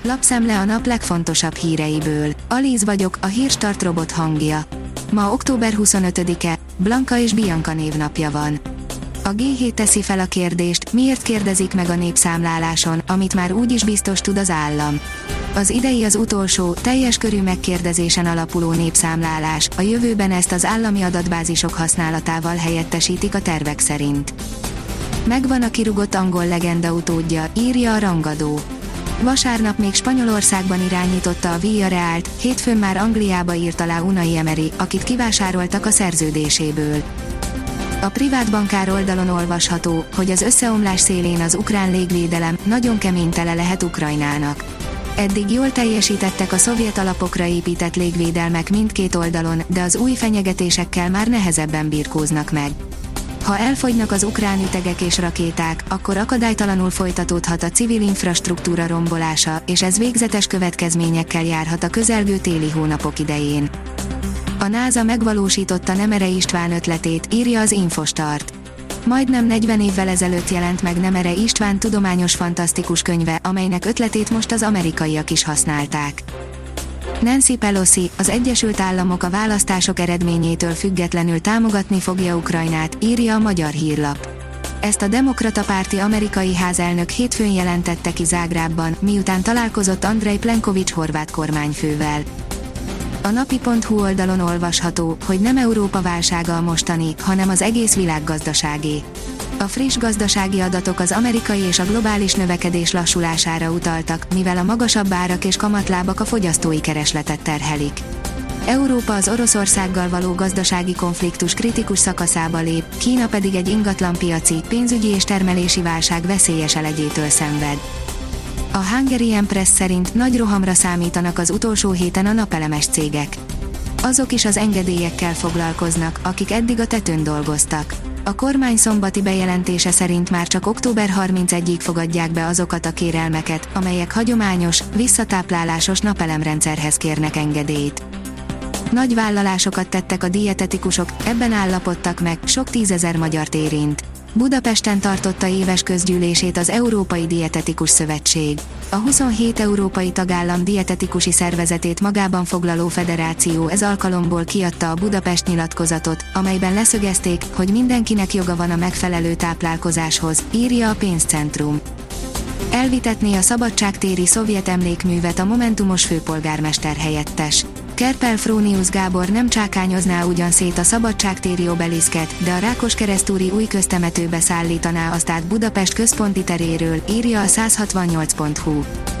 Lapszemle a nap legfontosabb híreiből. Alíz vagyok, a Hírstart robot hangja. Ma október 25-e, Blanka és Bianca névnapja van. A G7 teszi fel a kérdést, miért kérdezik meg a népszámláláson, amit már úgyis biztos tud az állam. Az idei az utolsó, teljes körű megkérdezésen alapuló népszámlálás, a jövőben ezt az állami adatbázisok használatával helyettesítik a tervek szerint. Megvan a kirúgott angol legenda utódja, írja a rangadó. Vasárnap még Spanyolországban irányította a Villarealt, hétfőn már Angliába írt alá Unai Emery, akit kivásároltak a szerződéséből. A privát bankár oldalon olvasható, hogy az összeomlás szélén az ukrán légvédelem, nagyon kemény tele lehet Ukrajnának. Eddig jól teljesítettek a szovjet alapokra épített légvédelmek mindkét oldalon, de az új fenyegetésekkel már nehezebben birkóznak meg. Ha elfogynak az ukrán ütegek és rakéták, akkor akadálytalanul folytatódhat a civil infrastruktúra rombolása, és ez végzetes következményekkel járhat a közelgő téli hónapok idején. A NASA megvalósította Nemere István ötletét, írja az Infostart. Majdnem 40 évvel ezelőtt jelent meg Nemere István tudományos fantasztikus könyve, amelynek ötletét most az amerikaiak is használták. Nancy Pelosi, az Egyesült Államok a választások eredményétől függetlenül támogatni fogja Ukrajnát, írja a Magyar Hírlap. Ezt a demokrata párti amerikai házelnök hétfőn jelentette ki Zágrábban, miután találkozott Andrej Plenković horvát kormányfővel. A napi.hu oldalon olvasható, hogy nem Európa válsága a mostani, hanem az egész világ gazdaságé. A friss gazdasági adatok az amerikai és a globális növekedés lassulására utaltak, mivel a magasabb árak és kamatlábak a fogyasztói keresletet terhelik. Európa az Oroszországgal való gazdasági konfliktus kritikus szakaszába lép, Kína pedig egy ingatlanpiaci, pénzügyi és termelési válság veszélyes elegyétől szenved. A Hungarian Press szerint nagy rohamra számítanak az utolsó héten a napelemes cégek. Azok is az engedélyekkel foglalkoznak, akik eddig a tetőn dolgoztak. A kormány szombati bejelentése szerint már csak október 31-ig fogadják be azokat a kérelmeket, amelyek hagyományos, visszatáplálásos napelemrendszerhez kérnek engedélyt. Nagy vállalásokat tettek a dietetikusok, ebben állapodtak meg, sok tízezer magyart érint. Budapesten tartotta éves közgyűlését az Európai Dietetikus Szövetség. A 27 európai tagállam dietetikusi szervezetét magában foglaló federáció ez alkalomból kiadta a Budapest nyilatkozatot, amelyben leszögezték, hogy mindenkinek joga van a megfelelő táplálkozáshoz, írja a Pénzcentrum. Elvitetné a szabadságtéri szovjet emlékművet a momentumos főpolgármester helyettes. Kerpel Frónius Gábor nem csákányozná ugyan szét a szabadságtéri obeliszket, de a Rákoskeresztúri új köztemetőbe szállítaná azt át Budapest központi teréről, írja a 168.hu.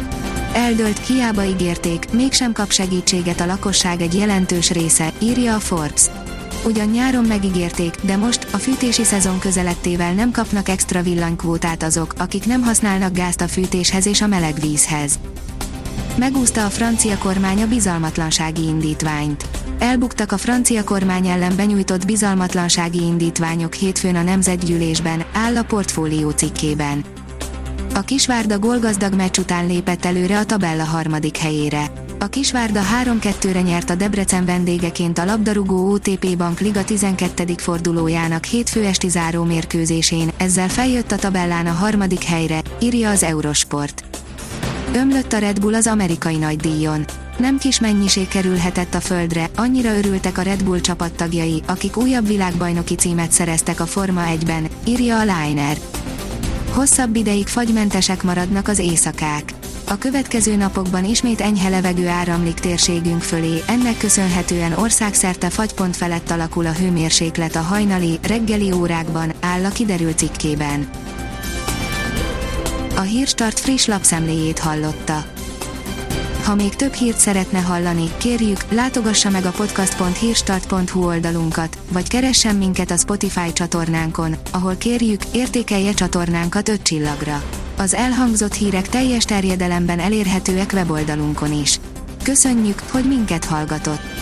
Eldőlt, hiába ígérték, mégsem kap segítséget a lakosság egy jelentős része, írja a Forbes. Ugyan nyáron megígérték, de most, a fűtési szezon közelettével nem kapnak extra villanykvótát azok, akik nem használnak gázt a fűtéshez és a meleg vízhez. Megúszta a francia kormány a bizalmatlansági indítványt. Elbuktak a francia kormány ellen benyújtott bizalmatlansági indítványok hétfőn a Nemzetgyűlésben, áll a Portfólió cikkében. A Kisvárda gólgazdag meccs után lépett előre a tabella harmadik helyére. A Kisvárda 3-2-re nyert a Debrecen vendégeként a labdarúgó OTP Bank Liga 12. fordulójának hétfő esti záró mérkőzésén, ezzel feljött a tabellán a harmadik helyre, írja az Eurosport. Ömlött a Red Bull az amerikai nagydíjon. Nem kis mennyiség kerülhetett a földre, annyira örültek a Red Bull csapattagjai, akik újabb világbajnoki címet szereztek a Forma 1-ben, írja a Liner. Hosszabb ideig fagymentesek maradnak az éjszakák. A következő napokban ismét enyhe levegő áramlik térségünk fölé, ennek köszönhetően országszerte fagypont felett alakul a hőmérséklet a hajnali, reggeli órákban, áll a kiderült cikkében. A Hírstart friss lapszemléjét hallotta. Ha még több hírt szeretne hallani, kérjük, látogassa meg a podcast.hírstart.hu oldalunkat, vagy keressen minket a Spotify csatornánkon, ahol kérjük, értékelje csatornánkat 5 csillagra. Az elhangzott hírek teljes terjedelemben elérhetőek weboldalunkon is. Köszönjük, hogy minket hallgatott!